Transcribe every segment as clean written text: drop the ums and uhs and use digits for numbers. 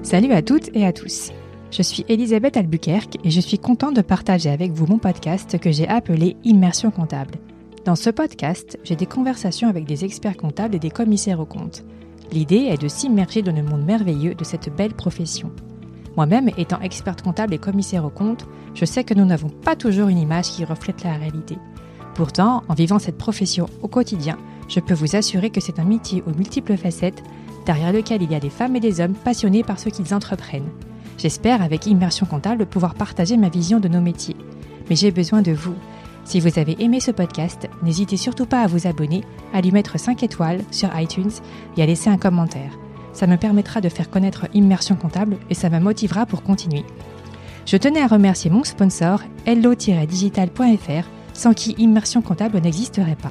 Salut à toutes et à tous. Je suis Elisabeth Albuquerque et je suis contente de partager avec vous mon podcast que j'ai appelé Immersion comptable. Dans ce podcast, j'ai des conversations avec des experts comptables et des commissaires aux comptes. L'idée est de s'immerger dans le monde merveilleux de cette belle profession. Moi-même, étant experte comptable et commissaire aux comptes, je sais que nous n'avons pas toujours une image qui reflète la réalité. Pourtant, en vivant cette profession au quotidien, je peux vous assurer que c'est un métier aux multiples facettes, derrière lequel il y a des femmes et des hommes passionnés par ce qu'ils entreprennent. J'espère, avec Immersion comptable, pouvoir partager ma vision de nos métiers. Mais j'ai besoin de vous. Si vous avez aimé ce podcast, n'hésitez surtout pas à vous abonner, à lui mettre 5 étoiles sur iTunes et à laisser un commentaire. Ça me permettra de faire connaître Immersion comptable et ça me motivera pour continuer. Je tenais à remercier mon sponsor, hello-digital.fr, sans qui Immersion comptable n'existerait pas.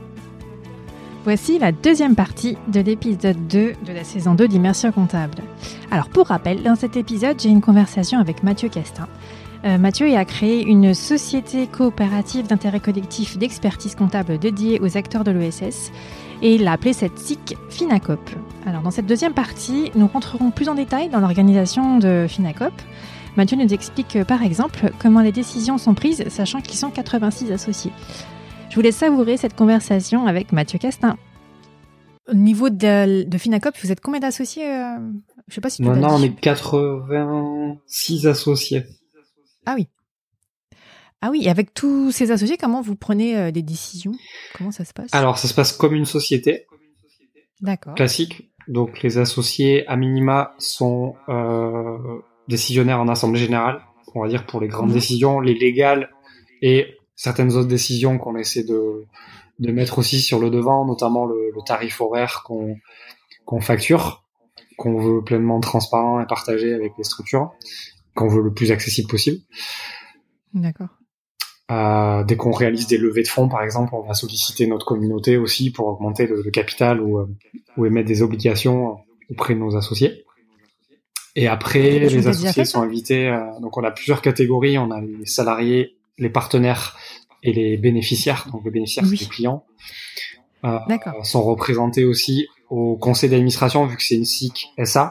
Voici la deuxième partie de l'épisode 2 de la saison 2 d'Immersion comptable. Alors pour rappel, dans cet épisode, j'ai une conversation avec Mathieu Castin. Mathieu a créé une société coopérative d'intérêt collectif d'expertise comptable dédiée aux acteurs de l'ESS et il a appelé cette SIC Finacop. Alors dans cette deuxième partie, nous rentrerons plus en détail dans l'organisation de Finacop. Mathieu nous explique par exemple comment les décisions sont prises, sachant qu'ils sont 86 associés. Je vous laisse savourer cette conversation avec Mathieu Castin. Au niveau de Finacop, vous êtes combien d'associés Je ne sais pas si tu l'as dit. Maintenant, on est 86 associés. Ah oui. Ah oui, et avec tous ces associés, comment vous prenez des décisions ? Comment ça se passe ? Alors, ça se passe comme une société. D'accord. Classique. Donc, les associés, à minima, sont décisionnaires en assemblée générale, on va dire pour les grandes décisions, les légales et certaines autres décisions qu'on essaie de mettre aussi sur le devant, notamment le tarif horaire qu'on facture, qu'on veut pleinement transparent et partagé avec les structures, qu'on veut le plus accessible possible. D'accord. Dès qu'on réalise des levées de fonds, par exemple, on va solliciter notre communauté aussi pour augmenter le capital ou émettre des obligations auprès de nos associés. Et après, les associés sont invités. Donc, on a plusieurs catégories. On a les salariés, les partenaires et les bénéficiaires. Donc, les bénéficiaires, c'est les clients. Sont représentés aussi au conseil d'administration, vu que c'est une SIC SA.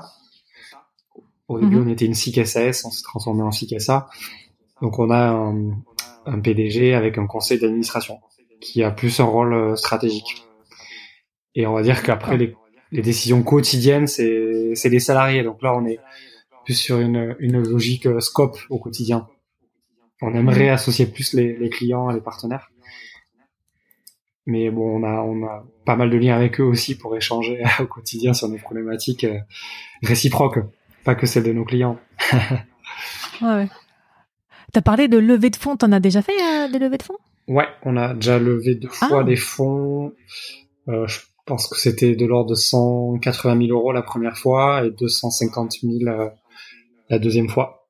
Au début, on était une SIC SAS, on s'est transformé en SIC SA. Donc, on a un PDG avec un conseil d'administration qui a plus un rôle stratégique. Et on va dire qu'après, les décisions quotidiennes, c'est les salariés. Donc là, on est plus sur une logique scope au quotidien. On aimerait associer plus les clients et les partenaires. Mais bon, on a pas mal de liens avec eux aussi pour échanger au quotidien sur nos problématiques réciproques, pas que celles de nos clients. Ouais. T'as parlé de levée de fonds, t'en as déjà fait des levées de fonds ? Ouais, on a déjà levé 2 fois des fonds. Je pense que c'était de l'ordre de 180 000 € la première fois et 250 000 la deuxième fois.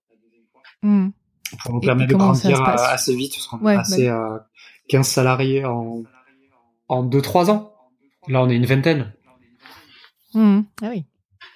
Pour nous permettre de grandir assez vite, parce qu'on est passé à 15 salariés en 2-3 ans. Là, on est une vingtaine. Ah oui.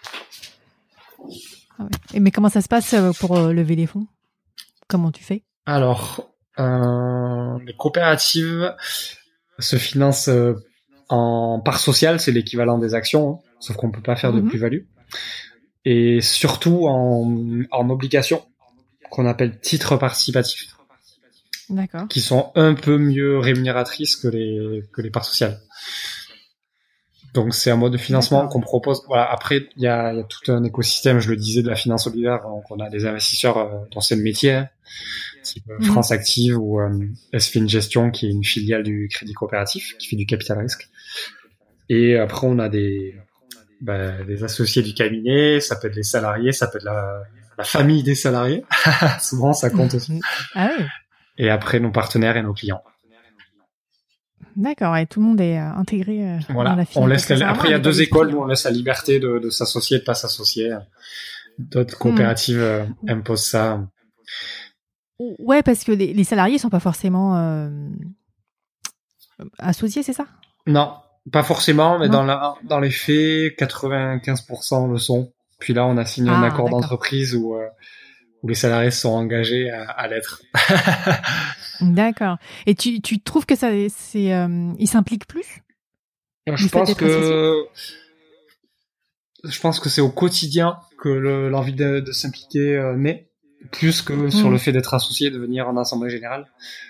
Mais comment ça se passe pour lever des fonds ? Comment tu fais ? Alors, les coopératives se financent en part sociale, c'est l'équivalent des actions, sauf qu'on peut pas faire de plus-value. Et surtout en obligations, qu'on appelle titres participatifs. D'accord. Qui sont un peu mieux rémunératrices que les parts sociales. Donc c'est un mode de financement qu'on propose. Voilà. Après, il y a tout un écosystème, je le disais, de la finance solidaire. Donc on a des investisseurs dans ce métier, type France Active ou SFIN Gestion, qui est une filiale du Crédit Coopératif, qui fait du capital risque. Et après, on a des associés du cabinet, ça peut être les salariés, ça peut être la famille des salariés. Souvent, ça compte aussi. Ah oui. Et après, nos partenaires et nos clients. D'accord, et tout le monde est intégré voilà. dans la finance. Après, il y a 2 écoles où on laisse la liberté de s'associer, de pas s'associer. D'autres coopératives imposent ça. Ouais, parce que les salariés sont pas forcément associés, c'est ça ? Non, pas forcément, mais dans les faits, 95% le sont. Puis là, on a signé un accord d'entreprise où les salariés sont engagés à l'être. D'accord. Et tu trouves que ça, ils s'impliquent plus ? Je pense que c'est au quotidien que l'envie de s'impliquer naît, plus que sur le fait d'être associé, de venir en assemblée générale.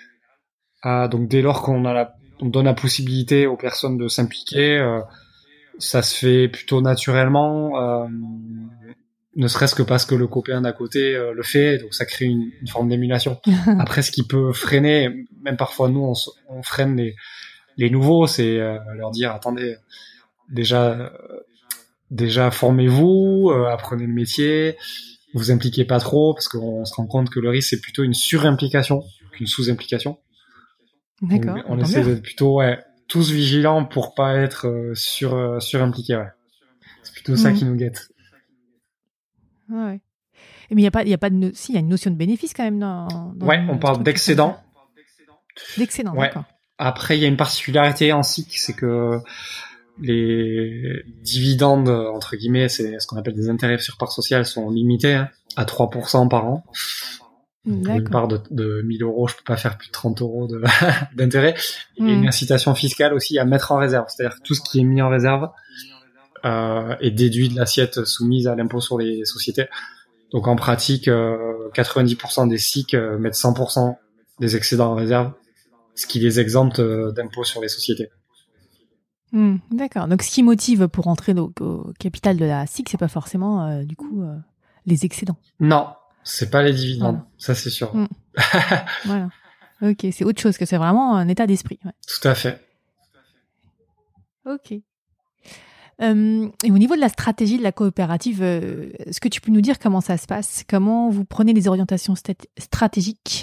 Donc dès lors on donne la possibilité aux personnes de s'impliquer, ça se fait plutôt naturellement, ne serait-ce que parce que le copain d'à côté le fait, donc ça crée une forme d'émulation. Après, ce qui peut freiner, même parfois nous on freine les nouveaux, c'est leur dire attendez, déjà formez-vous, apprenez le métier, vous impliquez pas trop, parce qu'on se rend compte que le risque c'est plutôt une surimplication qu'une sous-implication. D'accord. Donc, on essaie d'être plutôt tous vigilants pour pas être surimpliqués. Ouais. C'est plutôt ça qui nous guette. Ouais. Mais il y a une notion de bénéfice quand même dans on parle d'excédent. D'excédent, ouais. D'accord. Après, il y a une particularité en SIC, c'est que les dividendes, entre guillemets, c'est ce qu'on appelle des intérêts sur part sociale, sont limités à 3% par an. Pour une part de 1000 euros, je peux pas faire plus de 30 euros d'intérêt. Et une incitation fiscale aussi à mettre en réserve. C'est-à-dire que tout ce qui est mis en réserve est déduit de l'assiette soumise à l'impôt sur les sociétés. Donc en pratique, 90% des SIC mettent 100% des excédents en réserve, ce qui les exempte d'impôt sur les sociétés. D'accord. Donc ce qui motive pour entrer au capital de la SIC, c'est pas forcément les excédents. Non. C'est pas les dividendes, ça c'est sûr. Voilà. Ok, c'est autre chose, que c'est vraiment un état d'esprit. Ouais. Tout à fait. Ok. Et au niveau de la stratégie de la coopérative, est-ce que tu peux nous dire comment ça se passe ? Comment vous prenez les orientations stratégiques ?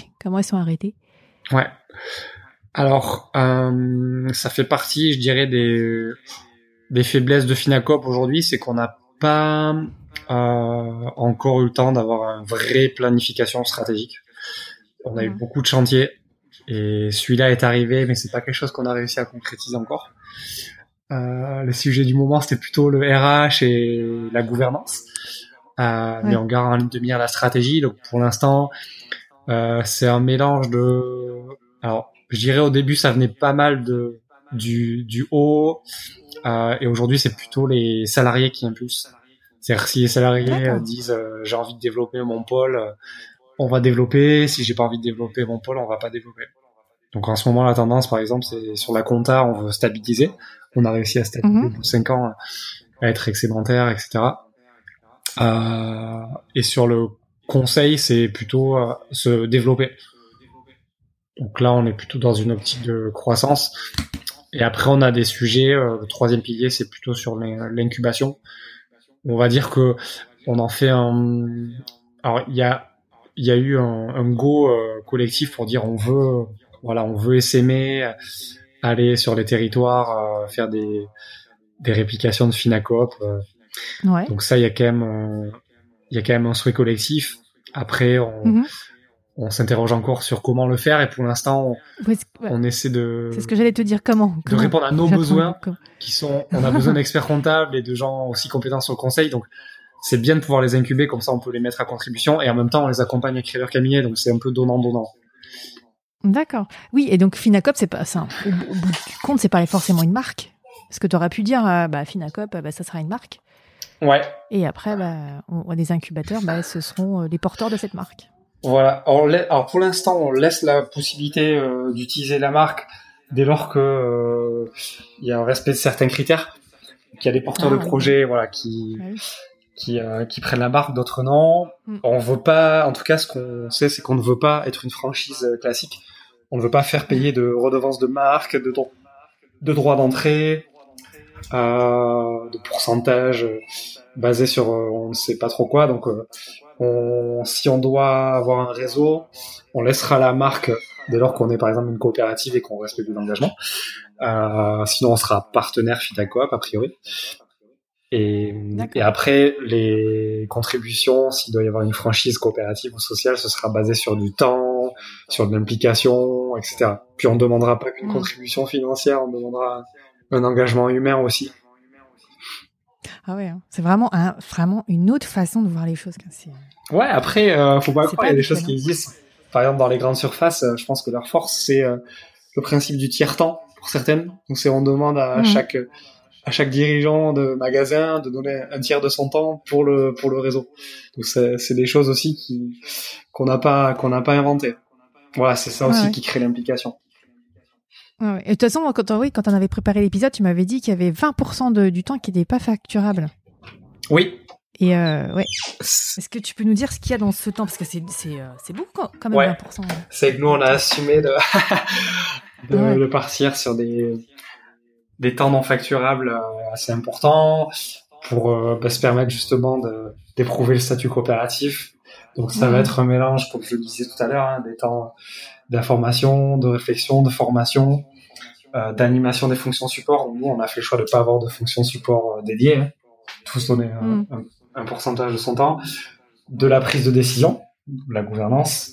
Comment elles sont arrêtées ? Ouais. Alors, ça fait partie, je dirais, des faiblesses de Finacop aujourd'hui, c'est qu'on n'a pas encore eu le temps d'avoir une vraie planification stratégique. On a eu beaucoup de chantiers et celui-là est arrivé, mais c'est pas quelque chose qu'on a réussi à concrétiser encore. Le sujet du moment, c'était plutôt le RH et la gouvernance, mais on garde en ligne de mire la stratégie. Donc pour l'instant, c'est un mélange de. Alors, je dirais au début, ça venait pas mal du haut, et aujourd'hui, c'est plutôt les salariés qui impulsent. C'est-à-dire si les salariés disent j'ai envie de développer mon pôle, on va développer. Si j'ai pas envie de développer mon pôle, on va pas développer. Donc en ce moment, la tendance, par exemple, c'est sur la compta, on veut stabiliser. On a réussi à stabiliser au bout de 5 ans, à être excédentaire, etc. Et sur le conseil, c'est plutôt se développer. Donc là, on est plutôt dans une optique de croissance. Et après, on a des sujets. Le troisième pilier, c'est plutôt sur l'incubation. On va dire que on en fait un. Alors il y a eu un go collectif pour dire on veut essaimer, aller sur les territoires, faire des réplications de Finacop. Donc ça, il y a quand même un souhait collectif. Après, on s'interroge encore sur comment le faire, et pour l'instant, on essaie de. C'est ce que j'allais te dire, comment répondre à nos besoins, qui sont. On a besoin d'experts comptables et de gens aussi compétents sur le conseil, donc c'est bien de pouvoir les incuber, comme ça on peut les mettre à contribution, et en même temps on les accompagne à créer leur cabinet, donc c'est un peu donnant-donnant. D'accord. Oui, et donc Finacop, c'est pas ça. Au bout du compte, c'est pas forcément une marque. Parce que tu aurais pu dire, Finacop, ça sera une marque. Ouais. Et après, les incubateurs, ce seront les porteurs de cette marque. Voilà. Alors pour l'instant, on laisse la possibilité d'utiliser la marque dès lors que il y a un respect de certains critères. Il y a des porteurs de projets, qui prennent la marque, d'autres non. On veut pas, en tout cas, ce qu'on sait, c'est qu'on ne veut pas être une franchise classique. On ne veut pas faire payer de redevances de marque, de droits d'entrée, de pourcentage basé sur on ne sait pas trop quoi. Donc, si on doit avoir un réseau, on laissera la marque dès lors qu'on est par exemple une coopérative et qu'on respecte l'engagement. Sinon, on sera partenaire Finacop a priori. Et après, les contributions, s'il doit y avoir une franchise coopérative ou sociale, ce sera basé sur du temps, sur de l'implication, etc. Puis on ne demandera pas qu'une contribution financière, on demandera un engagement humain aussi. Ah ouais, c'est vraiment une autre façon de voir les choses. Ouais, après, faut pas croire, il y a des choses qui existent. Par exemple, dans les grandes surfaces, je pense que leur force, c'est le principe du tiers-temps pour certaines. Donc c'est on demande à à chaque dirigeant de magasin de donner un tiers de son temps pour le réseau. Donc c'est des choses aussi qu'on n'a pas inventées. Voilà, c'est ça aussi qui crée l'implication. Ouais. Et de toute façon, quand on avait préparé l'épisode, tu m'avais dit qu'il y avait 20% du temps qui n'était pas facturable. Oui. Et est-ce que tu peux nous dire ce qu'il y a dans ce temps? Parce que c'est beaucoup quand même, 20%. C'est que nous, on a assumé de partir sur des temps non facturables assez importants pour se permettre justement d'éprouver le statut coopératif. Donc ça va être un mélange, comme je le disais tout à l'heure, des temps d'information, de réflexion, de formation, d'animation des fonctions support. Nous, on a fait le choix de pas avoir de fonctions support dédiées, tous donner un pourcentage de son temps, de la prise de décision, de la gouvernance.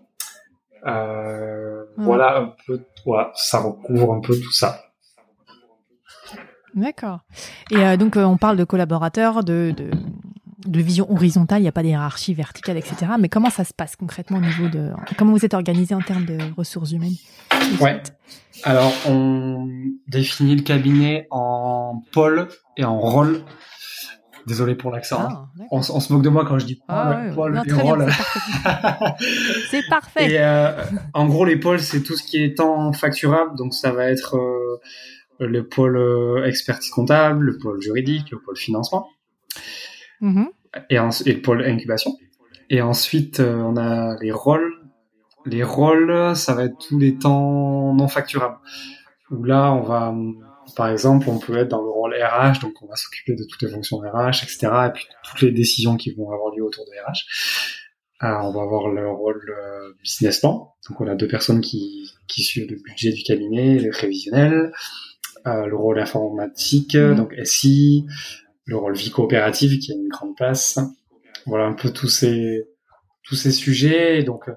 Voilà un peu, ça recouvre un peu tout ça. D'accord. Et donc on parle de collaborateurs, de vision horizontale, il n'y a pas de hiérarchie verticale, etc. Mais comment ça se passe concrètement au niveau comment vous êtes organisé en termes de ressources humaines? Ouais. Alors on définit le cabinet en pôle et en rôle. Désolé pour l'accent. On se moque de moi quand je dis pôle et rôle. C'est parfait. Et en gros, les pôles, c'est tout ce qui est temps facturable. Donc ça va être le pôle expertise comptable, le pôle juridique, le pôle financement. Et le pôle incubation. Et ensuite, on a les rôles. Les rôles, ça va être tous les temps non facturables. Où là, on va, par exemple, on peut être dans le rôle RH, donc on va s'occuper de toutes les fonctions RH, etc. Et puis toutes les décisions qui vont avoir lieu autour de RH. Alors, on va avoir le rôle business plan. Donc on a 2 personnes qui suivent le budget du cabinet, le prévisionnel, le rôle informatique, donc SI, le rôle vie coopérative qui a une grande place. Voilà un peu tous ces sujets. Et donc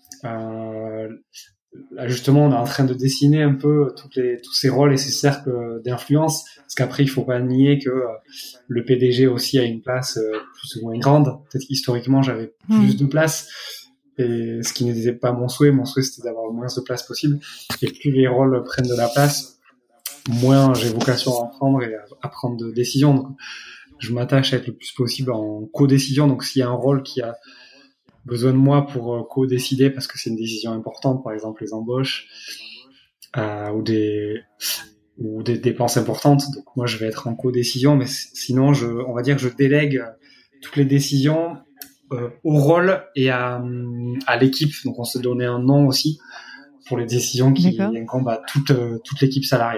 là justement on est en train de dessiner un peu tous ces rôles et ces cercles d'influence, parce qu'après il faut pas nier que le PDG aussi a une place plus ou moins grande. Peut-être historiquement j'avais plus de place, et ce qui n'était pas mon souhait c'était d'avoir le moins de place possible, et plus les rôles prennent de la place, moins j'ai vocation à en prendre et à prendre de décisions. Donc je m'attache à être le plus possible en co-décision. Donc s'il y a un rôle qui a besoin de moi pour co-décider parce que c'est une décision importante, par exemple les embauches ou des dépenses importantes, donc moi je vais être en co-décision, mais sinon on va dire que je délègue toutes les décisions au rôle et à l'équipe. Donc on s'est donné un nom aussi pour les décisions qui incombent à toute l'équipe salariée.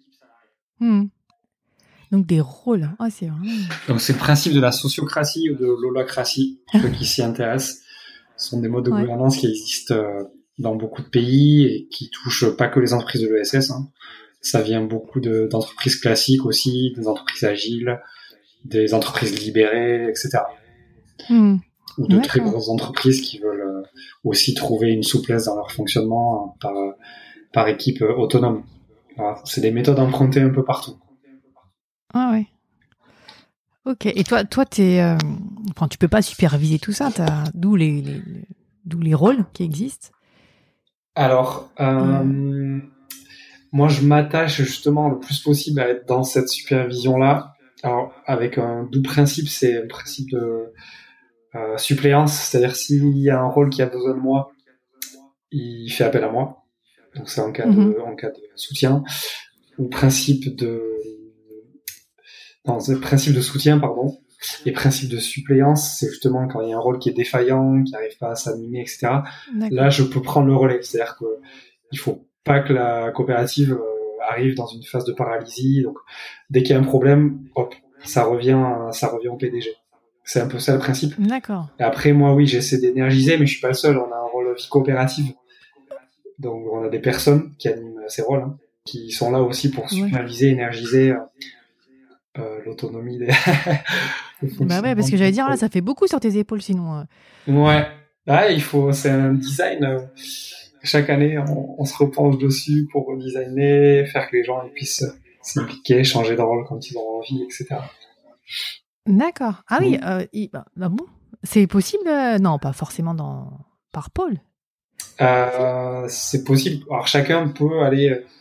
Donc des rôles, c'est vraiment... Donc c'est le principe de la sociocratie ou de l'holacratie, ceux qui s'y intéressent. Ce sont des modes de gouvernance qui existent dans beaucoup de pays et qui touchent pas que les entreprises de l'ESS. Ça vient beaucoup d'entreprises classiques aussi, des entreprises agiles, des entreprises libérées, etc. Ou de très grosses entreprises qui veulent aussi trouver une souplesse dans leur fonctionnement par équipe autonome. Voilà. C'est des méthodes empruntées un peu partout. Ah ouais. Ok. Et toi, tu peux pas superviser tout ça. D'où les rôles qui existent. Alors, moi, je m'attache justement le plus possible à être dans cette supervision-là. Alors, avec un double principe, c'est un principe de suppléance, c'est-à-dire s'il y a un rôle qui a besoin de moi, il fait appel à moi. Donc c'est en cas de soutien. Ou principe de soutien, pardon. Et principe de suppléance, c'est justement quand il y a un rôle qui est défaillant, qui n'arrive pas à s'animer, etc. D'accord. Là, je peux prendre le relais. C'est-à-dire que il faut pas que la coopérative arrive dans une phase de paralysie. Donc, dès qu'il y a un problème, hop, ça revient au PDG. C'est un peu ça le principe. D'accord. Et après, moi, oui, j'essaie d'énergiser, mais je suis pas le seul. On a un rôle vie coopérative. Donc, on a des personnes qui animent ces rôles, qui sont là aussi pour superviser, énergiser l'autonomie des... parce que j'allais dire, là, ça fait beaucoup sur tes épaules, sinon. Ouais. C'est un design. Chaque année, on se repenche dessus pour redesigner, faire que les gens puissent s'impliquer, changer de rôle quand ils ont envie, etc. D'accord. Ah oui, bon. C'est possible non, pas forcément par pôle. C'est possible. Alors, chacun peut aller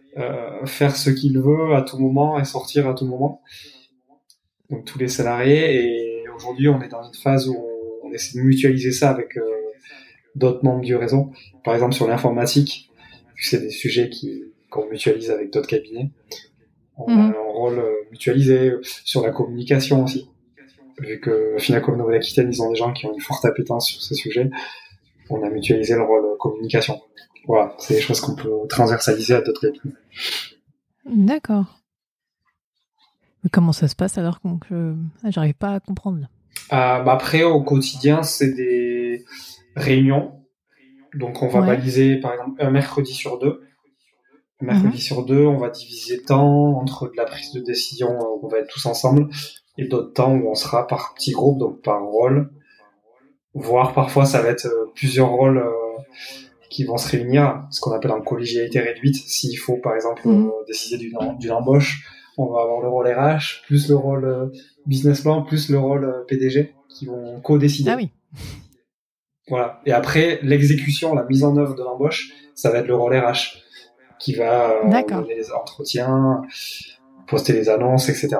faire ce qu'il veut à tout moment et sortir à tout moment. Donc tous les salariés. Et aujourd'hui, on est dans une phase où on essaie de mutualiser ça avec d'autres membres du réseau. Par exemple, sur l'informatique, c'est des sujets qu'on mutualise avec d'autres cabinets. On a un rôle mutualisé sur la communication aussi. Vu que Finacom Nouvelle-Aquitaine, ils ont des gens qui ont une forte appétence sur ce sujet, on a mutualisé le rôle communication. Voilà, c'est des choses qu'on peut transversaliser à d'autres cabinets. D'accord. Mais comment ça se passe alors que j'arrive pas à comprendre? Après, au quotidien, c'est des réunions. Donc, on va baliser, par exemple, un mercredi sur deux. Un mercredi sur deux, on va diviser le temps entre de la prise de décision où on va être tous ensemble et d'autres temps où on sera par petits groupes, donc par rôle. Voire parfois, ça va être plusieurs rôles qui vont se réunir, ce qu'on appelle en collégialité réduite. S'il faut, par exemple, décider d'une embauche, on va avoir le rôle RH, plus le rôle business plan, plus le rôle PDG, qui vont co-décider. Ah oui. Voilà. Et après, l'exécution, la mise en œuvre de l'embauche, ça va être le rôle RH, qui va mener les entretiens, poster les annonces, etc.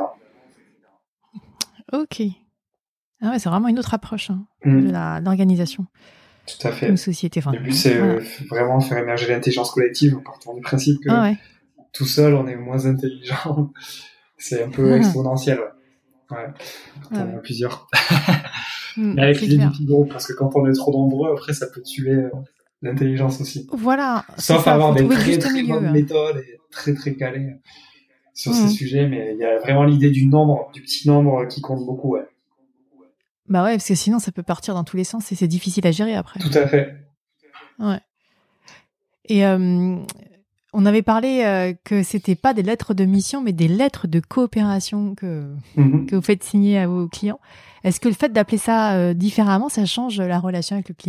Ok. Ah ouais, c'est vraiment une autre approche de l'organisation. Tout à fait. Une société. Le but, c'est vraiment faire émerger l'intelligence collective en partant du principe que tout seul, on est moins intelligent. C'est un peu exponentiel. Ouais. Quand on a plusieurs. Mais avec l'idée du petit groupe, parce que quand on est trop nombreux, après, ça peut tuer l'intelligence aussi. Voilà. Sauf avoir des très très bonnes méthodes et très très calées sur ces sujets, mais il y a vraiment l'idée du petit nombre qui compte beaucoup, ouais. Bah ouais, parce que sinon ça peut partir dans tous les sens et c'est difficile à gérer après. Tout à fait. Ouais. Et on avait parlé que c'était pas des lettres de mission, mais des lettres de coopération que vous faites signer à vos clients. Est-ce que le fait d'appeler ça différemment, ça change la relation avec le client ?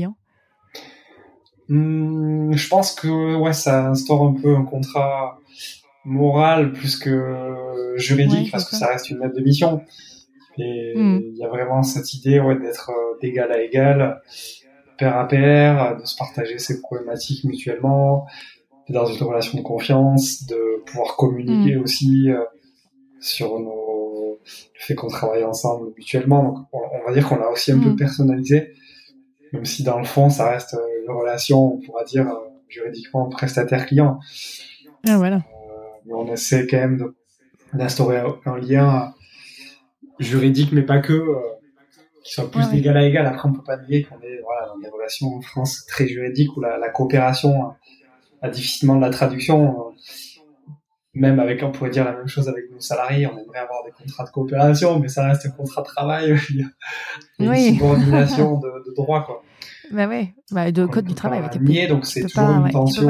Je pense que ça instaure un peu un contrat moral plus que juridique, parce que ça reste une lettre de mission. Et il y a vraiment cette idée d'être d'égal à égal, pair à pair, de se partager ses problématiques mutuellement, dans une relation de confiance, de pouvoir communiquer aussi sur le fait qu'on travaille ensemble mutuellement. Donc on va dire qu'on l'a aussi un peu personnalisé, même si dans le fond ça reste une relation, on pourra dire juridiquement prestataire-client. Ah voilà. Mais on essaie quand même d'instaurer un lien juridique, mais pas que, qui soit plus d'égal à égal. Après, on peut pas nier qu'on est dans des relations en France très juridiques où la coopération a difficilement de la traduction. Même avec, on pourrait dire la même chose avec nos salariés, on aimerait avoir des contrats de coopération, mais ça reste un contrat de travail. Il y a une subordination de droit, quoi. Bah ouais, de code du travail. Nier, donc c'est toujours une tension,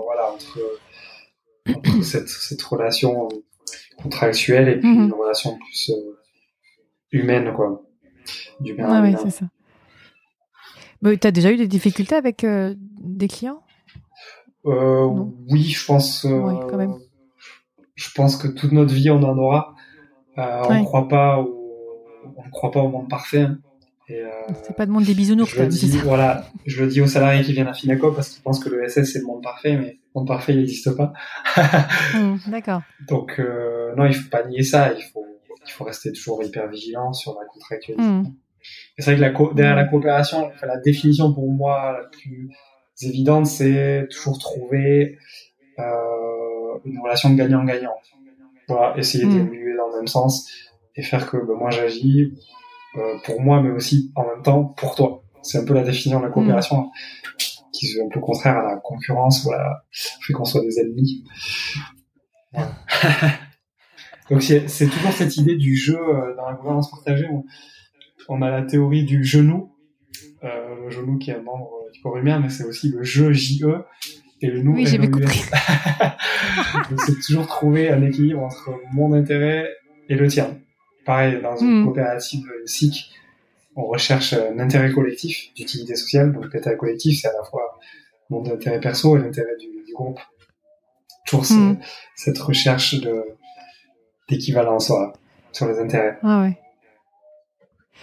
entre cette relation contractuelle et puis une relation plus humaine, quoi. Ouais, c'est ça. T'as déjà eu des difficultés avec des clients ? Oui, je pense. Quand même. Je pense que toute notre vie, on en aura. On ne croit pas au monde parfait. Hein. Et, c'est pas le monde des bisounours. Je le dis aux salariés qui viennent à Finacom parce qu'ils pensent que le SS c'est le monde parfait, mais le monde parfait il n'existe pas. D'accord. Donc non, il faut pas nier ça. Il faut rester toujours hyper vigilant sur la contractualisation. Et c'est vrai que derrière la coopération, la définition pour moi la plus évidente, c'est toujours trouver une relation de gagnant-gagnant. Voilà, essayer d'évoluer dans le même sens et faire que moi j'agis pour moi, mais aussi en même temps pour toi. C'est un peu la définition de la coopération qui est un peu contraire à la concurrence ou à fait qu'on soit des ennemis. Voilà. Donc c'est toujours cette idée du jeu dans la gouvernance partagée. On a la théorie du genou, le genou qui est un membre du corps humain, mais c'est aussi le je JE et le nous. Oui, j'ai bien compris. Donc c'est toujours trouver un équilibre entre mon intérêt et le tien. Pareil, dans une coopérative SIC, on recherche un intérêt collectif d'utilité sociale. Donc l'intérêt collectif, c'est à la fois mon intérêt perso et l'intérêt du groupe. Toujours cette recherche d'équivalence sur les intérêts. Ah ouais.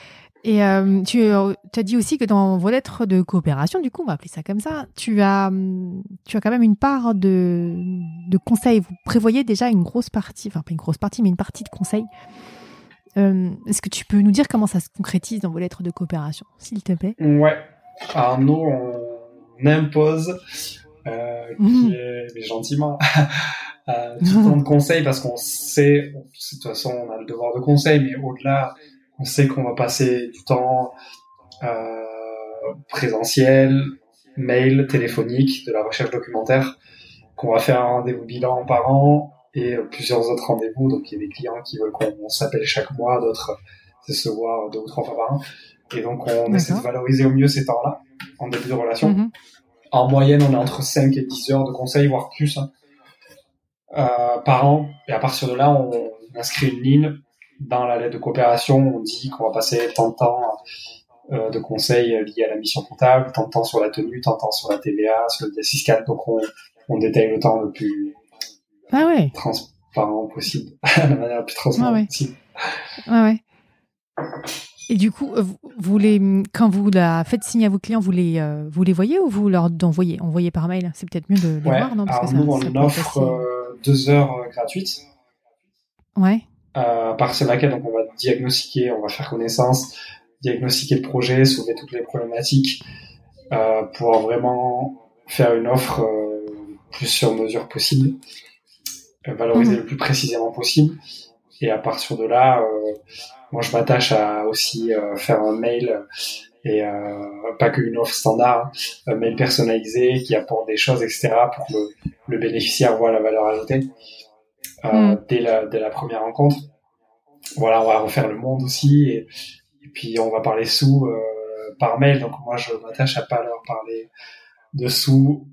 Et tu as dit aussi que dans vos lettres de coopération, du coup, on va appeler ça comme ça, tu as quand même une part de conseil. Vous prévoyez déjà une grosse partie, enfin pas une grosse partie, mais une partie de conseil. Est-ce que tu peux nous dire comment ça se concrétise dans vos lettres de coopération, s'il te plaît? Ouais. Alors nous, on impose, mais gentiment, tout le temps de conseil parce qu'on sait, de toute façon, on a le devoir de conseil, mais au-delà, on sait qu'on va passer du temps présentiel, mail, téléphonique, de la recherche documentaire, qu'on va faire un rendez-vous bilan par an et plusieurs autres rendez-vous. Donc il y a des clients qui veulent qu'on s'appelle chaque mois, d'autres c'est se voir 2 ou 3 fois par an. Et donc on essaie de valoriser au mieux ces temps-là en début de relation. Mm-hmm. En moyenne, on est entre 5 et 10 heures de conseil, voire plus, par an. Et à partir de là, on inscrit une ligne dans la lettre de coopération. On dit qu'on va passer tant de temps de conseils liés à la mission comptable, tant de temps sur la tenue, tant de temps sur la TVA, sur le biais fiscal. Donc on détaille le temps le plus transparent possible, de la manière la plus transparente possible. Ouais. Et du coup, quand vous la faites signer à vos clients, vous les voyez ou vous leur envoyez? Envoyez par mail, c'est peut-être mieux de les voir, non? Parce que nous, on offre 2 heures gratuites. Ouais. À partir de laquelle donc, on va diagnostiquer, on va faire connaissance, diagnostiquer le projet, soulever toutes les problématiques, pour vraiment faire une offre plus sur mesure possible, valoriser le plus précisément possible. Et à partir de là, moi je m'attache à aussi faire un mail et pas qu'une offre standard, un mail personnalisé qui apporte des choses, etc. pour que le bénéficiaire voit la valeur ajoutée dès la première rencontre. Voilà, on va refaire le monde aussi et puis on va parler sous par mail. Donc moi je m'attache à pas leur parler de sous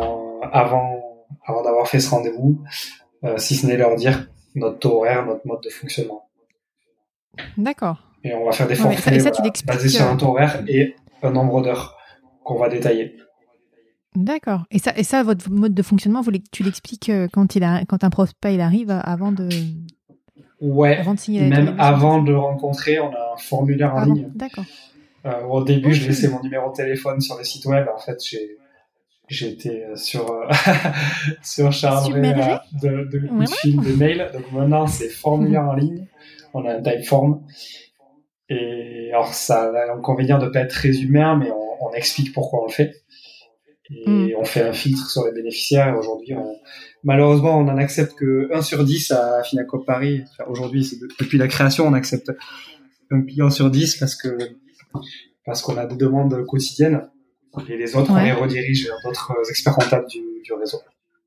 avant d'avoir fait ce rendez-vous, si ce n'est leur dire notre taux horaire, notre mode de fonctionnement. D'accord. Et on va faire des forfaits basés sur un taux horaire et un nombre d'heures qu'on va détailler. D'accord. Et ça, votre mode de fonctionnement, tu l'expliques quand un prospect il arrive avant de signer la même avant de le rencontrer, on a un formulaire en ligne. D'accord. Au début, je laissais mon numéro de téléphone sur le site web. En fait, j'étais surchargé de coups de fil, de mails. Donc maintenant, c'est formulaire en ligne. On a un typeform. Et alors, ça a l'inconvénient de ne pas être très humain, mais on explique pourquoi on le fait. Et on fait un filtre sur les bénéficiaires. Et aujourd'hui, malheureusement, on n'en accepte que 1 sur 10 à Finacop Paris. Enfin, aujourd'hui, depuis la création, on accepte un client sur 10 parce qu'on a des demandes quotidiennes. Et les autres, on les redirige vers d'autres experts comptables du réseau.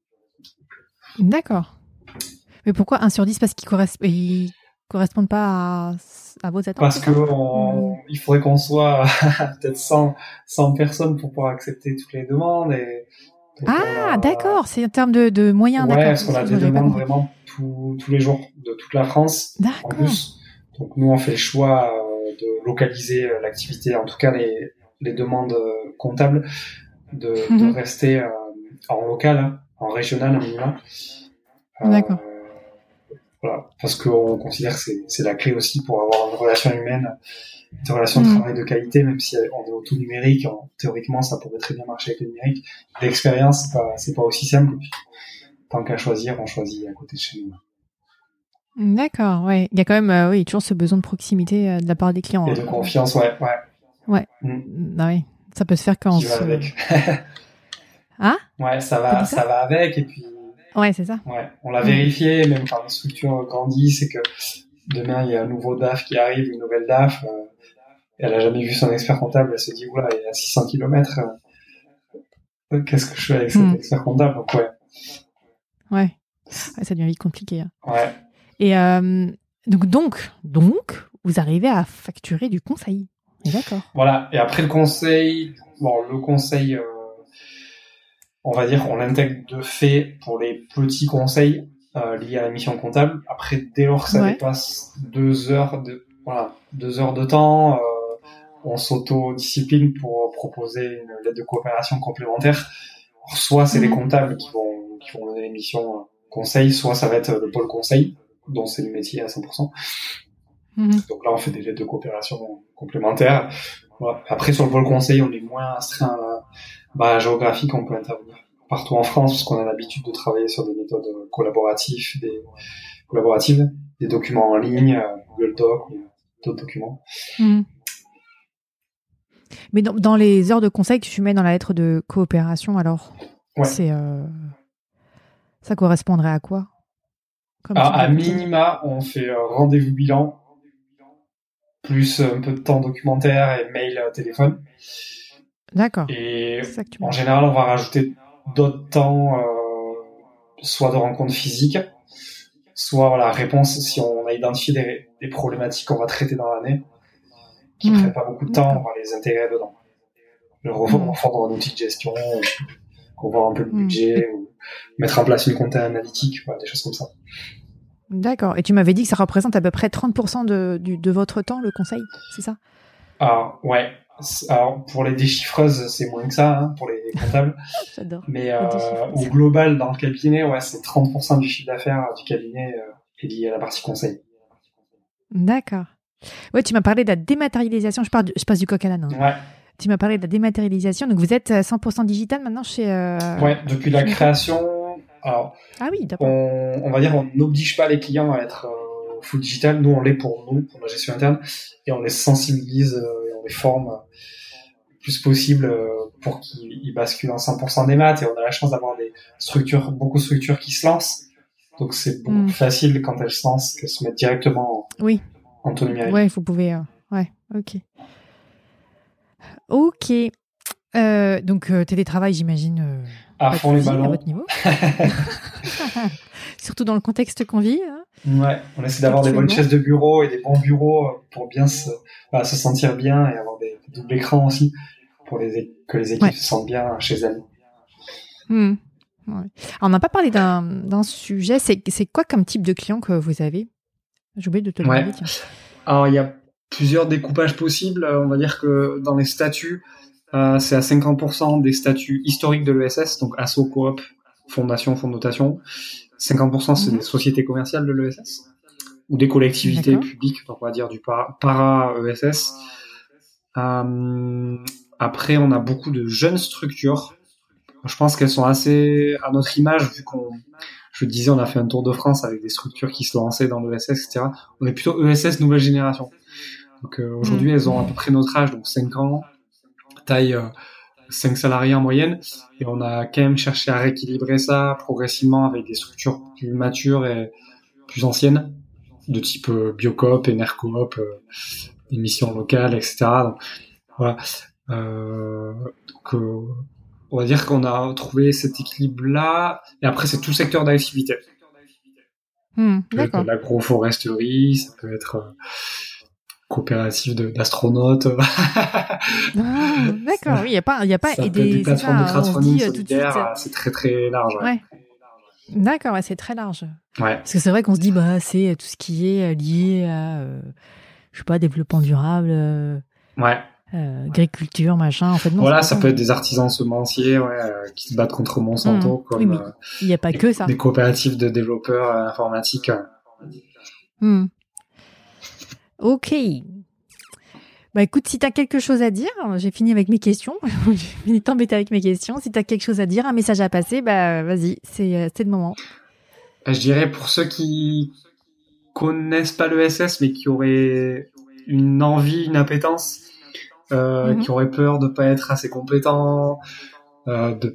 D'accord. Mais pourquoi 1 sur 10? Parce qu'ils correspondent pas à vos attentes? Parce il faudrait qu'on soit peut-être 100 personnes pour pouvoir accepter toutes les demandes. D'accord. C'est en termes de moyens, d'accord. Parce qu'on a des demandes vraiment tous les jours de toute la France. D'accord. En plus. Donc nous, on fait le choix de localiser l'activité, en tout cas les demandes comptables, de rester en local, en régional, en minimum. D'accord. Voilà, parce qu'on considère que c'est la clé aussi pour avoir une relation humaine, une relation de travail de qualité, même si on est au tout numérique. Théoriquement, ça pourrait très bien marcher avec le numérique. L'expérience, c'est pas aussi simple. Puis, tant qu'à choisir, on choisit à côté de chez nous. D'accord, ouais. Il y a quand même, toujours ce besoin de proximité de la part des clients. Et de confiance, ouais. Ah oui. Ça peut se faire quand on se... va avec. Hein? Ouais, ça va avec, et puis... Ouais, c'est ça. Ouais, on l'a vérifié, même quand la structure grandit, c'est que demain, il y a un nouveau DAF qui arrive, une nouvelle DAF, elle a jamais vu son expert comptable, elle se dit, oula, il est à 600 km, qu'est-ce que je fais avec cet expert comptable? Donc, ouais, ça devient vite compliqué. Hein. Ouais. Et donc, vous arrivez à facturer du conseil. D'accord. Voilà, et après le conseil, on va dire, on l'intègre de fait pour les petits conseils liés à la mission comptable. Après, dès lors que ça dépasse 2 heures de temps, on s'auto-discipline pour proposer une lettre de coopération complémentaire. Alors, soit c'est les comptables qui vont donner les missions conseil, soit ça va être le pôle conseil, dont c'est le métier à 100%. Donc là, on fait des lettres de coopération complémentaires. Voilà. Après, sur le pôle conseil, on est moins astreint à la géographie, qu'on peut intervenir partout en France, parce qu'on a l'habitude de travailler sur des méthodes collaboratives, des documents en ligne, Google Doc ou d'autres documents. Mais dans les heures de conseil que tu mets dans la lettre de coopération, alors, ça correspondrait à quoi? À minima, on fait rendez-vous bilan, plus un peu de temps documentaire et mail, téléphone. D'accord. Et en général, on va rajouter d'autres temps, soit de rencontres physiques, soit la réponse si on a identifié des problématiques qu'on va traiter dans l'année, qui ne prennent pas beaucoup de temps, on va les intégrer dedans. Le refondre un outil de gestion, revoir un peu le budget, ou mettre en place une compta analytique, voilà, des choses comme ça. D'accord. Et tu m'avais dit que ça représente à peu près 30% de votre temps, le conseil, c'est ça? Alors, ouais. Alors, pour les déchiffreuses, c'est moins que ça, hein, pour les comptables. J'adore. Mais au global, dans le cabinet, c'est 30% du chiffre d'affaires du cabinet est lié à la partie conseil. D'accord. Ouais, tu m'as parlé de la dématérialisation. Je passe du coq à l'âne. Hein. Ouais. Tu m'as parlé de la dématérialisation. Donc, vous êtes 100% digital maintenant chez... Ouais, depuis la création. Alors, oui, d'accord. On va dire, on n'oblige pas les clients à être full digital. Nous, on l'est pour nous, pour la gestion interne. Et on les sensibilise et on les forme le plus possible pour qu'ils basculent en 100% des maths. Et on a la chance d'avoir beaucoup de structures qui se lancent. Donc, c'est beaucoup plus facile quand elles se lancent que se mettre directement en taux numérique. Oui, vous pouvez... Ouais, ok. Ok. Donc, télétravail, j'imagine... à fond les ballons. À votre niveau. Surtout dans le contexte qu'on vit. Hein. Ouais, on essaie d'avoir des bonnes chaises de bureau et des bons bureaux pour bien se sentir bien et avoir des doubles écrans aussi pour que les équipes se sentent bien chez elles. Ouais. Alors, on n'a pas parlé d'un sujet. C'est quoi comme type de client que vous avez? J'ai oublié de te le demander. Tiens. Alors, il y a plusieurs découpages possibles. On va dire que dans les statuts, c'est à 50% des statuts historiques de l'ESS, donc asso, coop, fondation, fonds de notation. 50% c'est des sociétés commerciales de l'ESS ou des collectivités publiques, donc on va dire du para-ESS. Après, on a beaucoup de jeunes structures. Je pense qu'elles sont assez à notre image, vu je disais, on a fait un tour de France avec des structures qui se lançaient dans l'ESS, etc. On est plutôt ESS nouvelle génération. Donc aujourd'hui, elles ont à peu près notre âge, donc 5 ans, taille 5 salariés en moyenne, et on a quand même cherché à rééquilibrer ça progressivement avec des structures plus matures et plus anciennes, de type Biocoop, Enercoop, émissions locales, etc. Donc, voilà. On va dire qu'on a trouvé cet équilibre-là, et après c'est tout secteur d'activité. Ça peut être l'agroforesterie, ça peut être coopérative d'astronautes. D'accord, oui, il y a pas des plateformes de crowdfunding solidaire, c'est très très large. Ouais. D'accord, c'est très large. Ouais. Parce que c'est vrai qu'on se dit c'est tout ce qui est lié à je sais pas, développement durable. Agriculture, machin. En fait, non. Voilà, ça peut être des artisans semenciers qui se battent contre Monsanto, comme mais il n'y a pas que ça. Des coopératives de développeurs informatiques. Ok. Bah écoute, si tu as quelque chose à dire, j'ai fini avec mes questions. J'ai fini de t'embêter avec mes questions. Si tu as quelque chose à dire, un message à passer, vas-y, c'est le moment. Je dirais pour ceux qui connaissent pas l'ESS, mais qui auraient une envie, une appétence, qui auraient peur de pas être assez compétents, de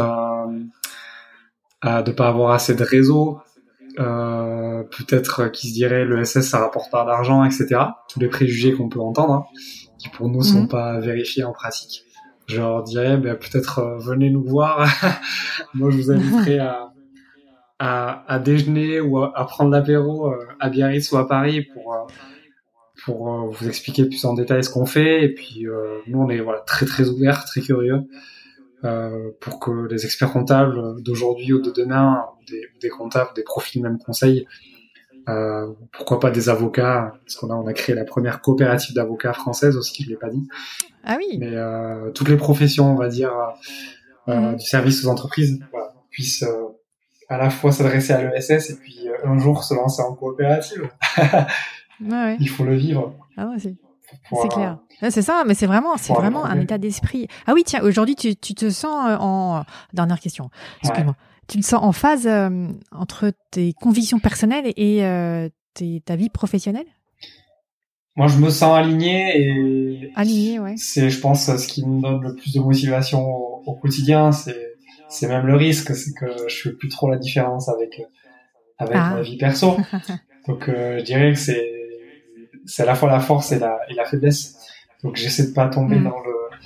pas avoir assez de réseau, peut-être qui se diraient l'ESS ça rapporte pas d'argent, etc. Tous les préjugés qu'on peut entendre, qui pour nous sont pas vérifiés en pratique. Je leur dirais peut-être venez nous voir. Moi je vous inviterai à déjeuner ou à prendre l'apéro à Biarritz ou à Paris pour vous expliquer plus en détail ce qu'on fait. Et puis nous on est très très ouverts, très curieux pour que les experts comptables d'aujourd'hui ou de demain, des comptables, des profils même conseils, pourquoi pas des avocats, parce qu'on a créé la première coopérative d'avocats française aussi, je l'ai pas dit. Ah oui. Mais toutes les professions, on va dire, du service aux entreprises, puissent à la fois s'adresser à l'ESS et puis un jour se lancer en coopérative. Ouais. Il faut le vivre. Ah ouais, c'est clair. C'est ça, mais c'est vraiment un état d'esprit. Ah oui, tiens, aujourd'hui, tu te sens dernière question, excuse-moi. Ouais. Tu te sens en phase entre tes convictions personnelles et ta vie professionnelle? Moi, je me sens aligné ouais. C'est, je pense, ce qui me donne le plus de motivation au quotidien. C'est même le risque, c'est que je fais plus trop la différence avec ma vie perso. Donc, je dirais que c'est à la fois la force et la faiblesse. Donc, j'essaie de pas tomber dans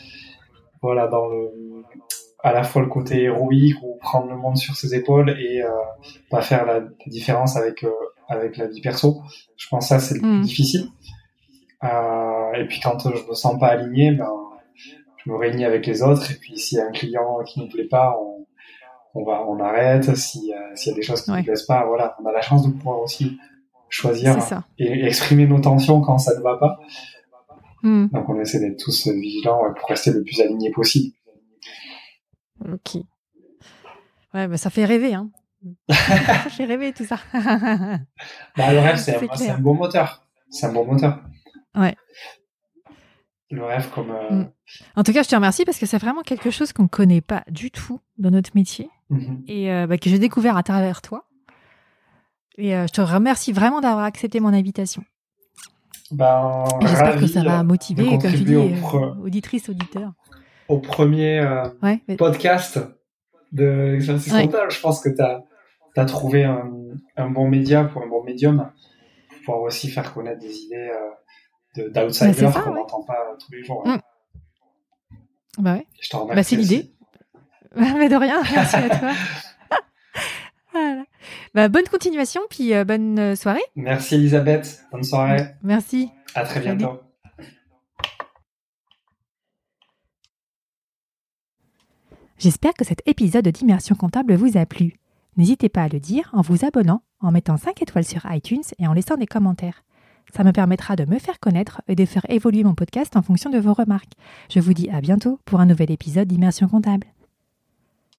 à la fois le côté héroïque ou prendre le monde sur ses épaules et pas faire la différence avec la vie perso. Je pense que ça, c'est le plus difficile. Et puis quand je me sens pas aligné, je me réunis avec les autres et puis s'il y a un client qui nous plaît pas, on arrête. S'il y a des choses qui nous plaisent pas, voilà, on a la chance de pouvoir aussi choisir et exprimer nos tensions quand ça ne va pas. Donc on essaie d'être tous vigilants pour rester le plus aligné possible. Ok. Ouais, bah ça fait rêver, hein. Ça fait rêver tout ça. Le rêve, c'est un bon moteur. C'est un bon moteur. Ouais. Le rêve comme... En tout cas, je te remercie parce que c'est vraiment quelque chose qu'on ne connaît pas du tout dans notre métier et que j'ai découvert à travers toi. Et je te remercie vraiment d'avoir accepté mon invitation. J'espère que ça va motiver, comme tu dis, auditrices, auditeurs. Au premier podcast de l'exercice comptable, je pense que tu as trouvé un bon média pour un bon médium pour pouvoir aussi faire connaître des idées d'outsiders qu'on n'entend pas tous les jours. Bah ouais. Je te remercie. C'est l'idée. Mais de rien, merci à toi. Voilà. Bonne continuation, puis bonne soirée. Merci Elisabeth, bonne soirée. Merci. À très bientôt. J'espère que cet épisode d'Immersion Comptable vous a plu. N'hésitez pas à le dire en vous abonnant, en mettant 5 étoiles sur iTunes et en laissant des commentaires. Ça me permettra de me faire connaître et de faire évoluer mon podcast en fonction de vos remarques. Je vous dis à bientôt pour un nouvel épisode d'Immersion Comptable.